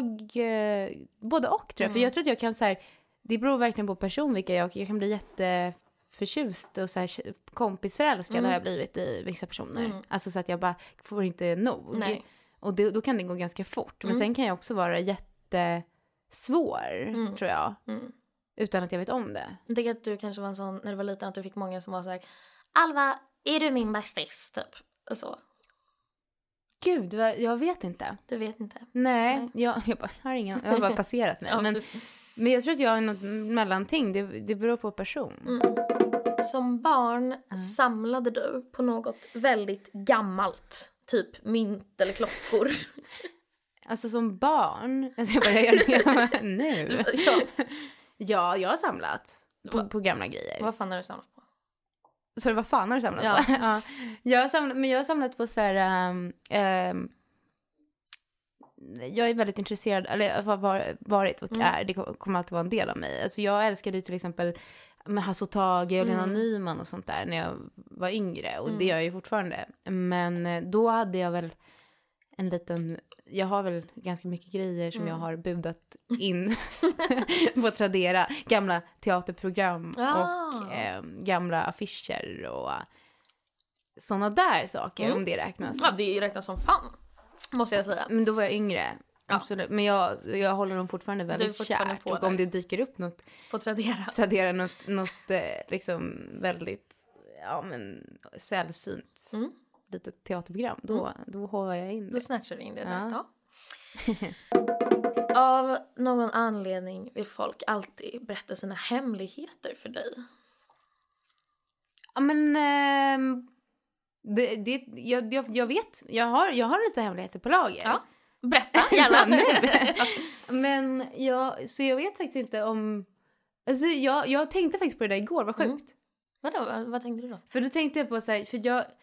både och tror jag. För jag tror att jag kan så här, det beror verkligen på person vilka jag kan bli jätteförtjust och så här kompisförälskad har jag blivit i vissa personer. Alltså så att jag bara får inte nog. Nej. Och då kan det gå ganska fort. Men sen kan jag också vara jättesvår, tror jag. Utan att jag vet om det. Jag tänker att du kanske var en sån, när du var liten, att du fick många som var så här: Alva, är du min bästis? Typ. Och så. Gud, jag vet inte. Du vet inte? Nej. Jag har bara passerat mig. Men jag tror att jag är något mellanting. Det beror på person. Som barn samlade du på något väldigt gammalt. Typ mynt eller klockor. Alltså som barn? Alltså jag bara gör det nu. Ja, jag har samlat på gamla grejer. Vad fan har du samlat på? Så vad fan har du samlat på? Ja. Jag har samlat på så här. Jag är väldigt intresserad, eller har varit och är. Det kommer alltid vara en del av mig. Alltså jag älskade ju till exempel med Hasse och Tage och Lena Nyman och sånt där när jag var yngre. Och det gör jag ju fortfarande. Men då hade jag väl jag har väl ganska mycket grejer som jag har budat in på Tradera. Gamla teaterprogram och gamla affischer och såna där saker, om det räknas. Ja, det räknas som fan, måste jag säga. Men då var jag yngre. Ja. Absolut. Men jag håller dem fortfarande väldigt kärt. Och om det dyker upp något på Tradera något liksom väldigt sällsynt litet teaterprogram, då håller jag in det. Då snatchar du in det där. Ja. Av någon anledning vill folk alltid berätta sina hemligheter för dig. Ja, men jag vet. Jag har lite hemligheter på lager. Ja. Berätta, gärna nu. Men jag vet faktiskt inte om... Alltså jag tänkte faktiskt på det där igår, vad sjukt. Vad tänkte du då? För då tänkte jag på så här, för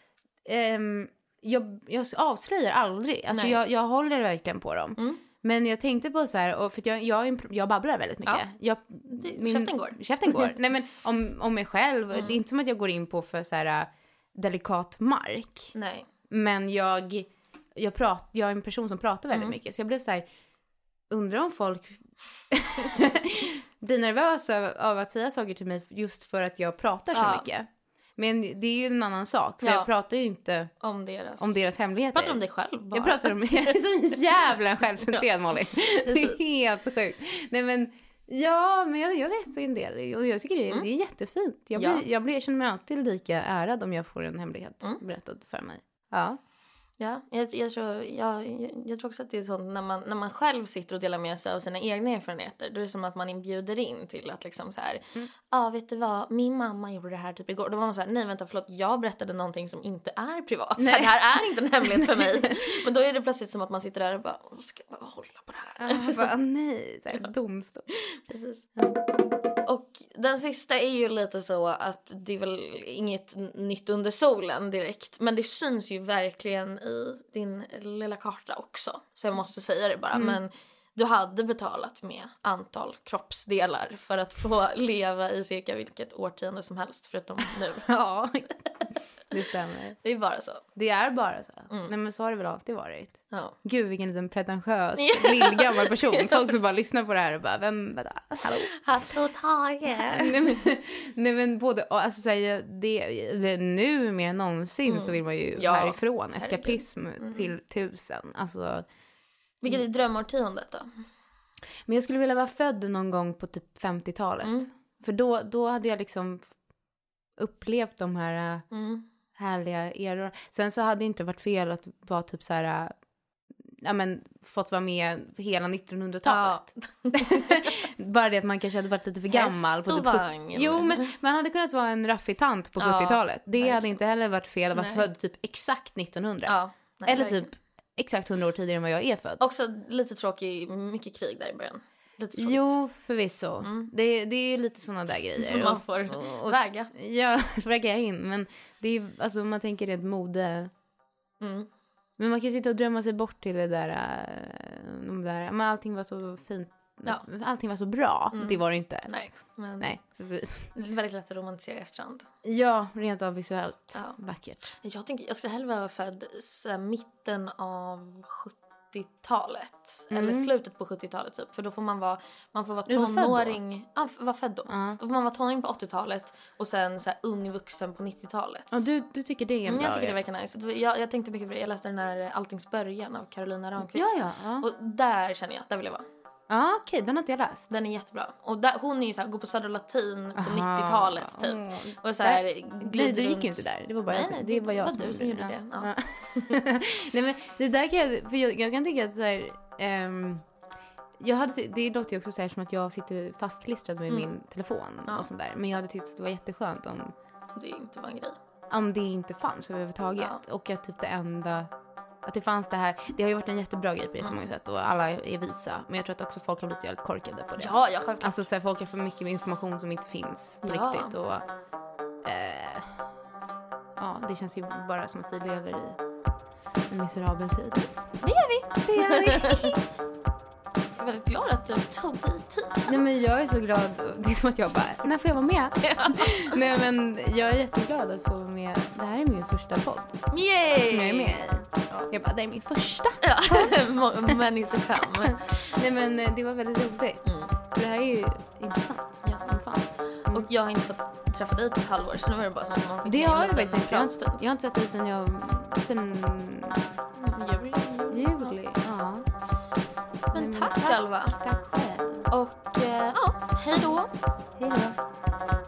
jag avslöjar aldrig. Alltså jag håller verkligen på dem. Men jag tänkte på så här, och för jag babblar väldigt mycket. Ja. Käften går. Nej, men om mig själv. Det är inte som att jag går in på för så här delikat mark. Nej. Men jag är en person som pratar väldigt mycket. Så jag blev så här, undrar om folk blir nervösa av att säga saker till mig just för att jag pratar så mycket. Men det är ju en annan sak. För jag pratar ju inte om deras hemligheter. Jag pratar om dig själv bara. Jag pratar om jag är så jävla självcentrerad, Molly. Det är helt sjukt. Nej, men jag vet så en del. Och jag tycker det är jättefint. Jag känner mig alltid lika ärad om jag får en hemlighet berättad för mig. Ja. Ja, jag tror också att det är så när man själv sitter och delar med sig av sina egna erfarenheter. Då är det som att man inbjuder in till att liksom så här, vet du vad, min mamma gjorde det här typ igår. Då var man så här, nej vänta förlåt, jag berättade någonting som inte är privat. Så det här är inte en hemlighet för mig. Men då är det plötsligt som att man sitter där och bara, ska jag bara hålla på det här? Nej, så här, domstol. Precis. Och den sista är ju lite så att det är väl inget nytt under solen direkt. Men det syns ju verkligen i din lilla karta också. Så jag måste säga det bara. Men du hade betalat med antal kroppsdelar för att få leva i cirka vilket årtionde som helst förutom nu. Ja, det stämmer. Det är bara så. Det är bara så. Nej, men så har det väl alltid varit. Ja. Gud, vilken liten pretentiös lillgammal person. Folk som bara lyssnar på det här och bara, hallå? Hasse och Tage. Nej, men både, alltså säga det nu mer än någonsin så vill man ju härifrån. Eskapism till 1000. Alltså, vilket är drömårtiondet då? Men jag skulle vilja vara född någon gång på typ 50-talet. För då hade jag liksom upplevt de här härliga eror. Sen så hade det inte varit fel att vara typ så här, fått vara med hela 1900-talet. Ja. Bara det att man kanske hade varit lite för gammal. På typ jo, men man hade kunnat vara en raffitant på 70-talet. Det hade inte heller varit fel att vara född typ exakt 1900. Ja. Eller typ exakt 100 år tidigare än vad jag är född. Också lite tråkigt, mycket krig där i början. Jo, förvisso. Det är ju lite såna där grejer. Som man får väga. Ja, väga in. Men det är, alltså, man tänker det mode. Men man kan sitta och drömma sig bort till det där. Men allting var så fint. Ja. Allting var så bra. Det var det inte. Nej. Men nej. Det är väldigt lätt att romantisera i efterhand. Ja, rent av visuellt. Vackert. Jag skulle hellre vara född mitten av 70-talet. Eller slutet på 70-talet typ. För då får man får vara tonåring. Ja, var född då. Då får man vara tonåring på 80-talet. Och sen så här, ung vuxen på 90-talet. Ja, du tycker det är en bra. Jag tycker det verkar nice. Jag tänkte mycket på det. Jag läste den här Alltings början av Carolina Ramqvist. Ja. Och där känner jag att där vill jag vara. Ja, okej, den har inte jag läst. Den är jättebra. Och hon är ju så här, går på Södra Latin på 90-talet typ. Och så här nej, du gick ju inte där. Det var bara det var jag som gjorde det. Ja. Nej, men det där kan jag kan tänka att så här, det låter ju också så här som att jag sitter fastklistrad med min telefon och sånt där. Men jag hade tyckt att det var jätteskönt om det inte var en grej. Om det inte fanns överhuvudtaget. Och att typ det enda att det fanns det här. Det har ju varit en jättebra grej på jättemånga sätt. Och alla är visa. Men jag tror att också folk har blivit jävligt korkade på det. Ja, självklart. Alltså så här, folk har för mycket information som inte finns riktigt. Och det känns ju bara som att vi lever i en miserabel tid. Det gör vi. Jag är väldigt glad att du tog dig tid. Nej, men jag är så glad. Det är som att jag bara, när får jag vara med? Ja. Nej, men jag är jätteglad att få vara med. Det här är min första podd. Yay! Som jag är med i. Jag bara, det är min första. Ja, men inte 5. Nej, men det var väldigt roligt. Det här är ju intressant. Ja, som fan. Och Och jag har inte fått träffa dig på ett halvår, så nu var det bara så att man fick Det har jag en faktiskt inte. pratstund. Jag har inte sett dig sen juli. Ja. Men tack Alva. Tack själv. Och ja, hej då. Hej då.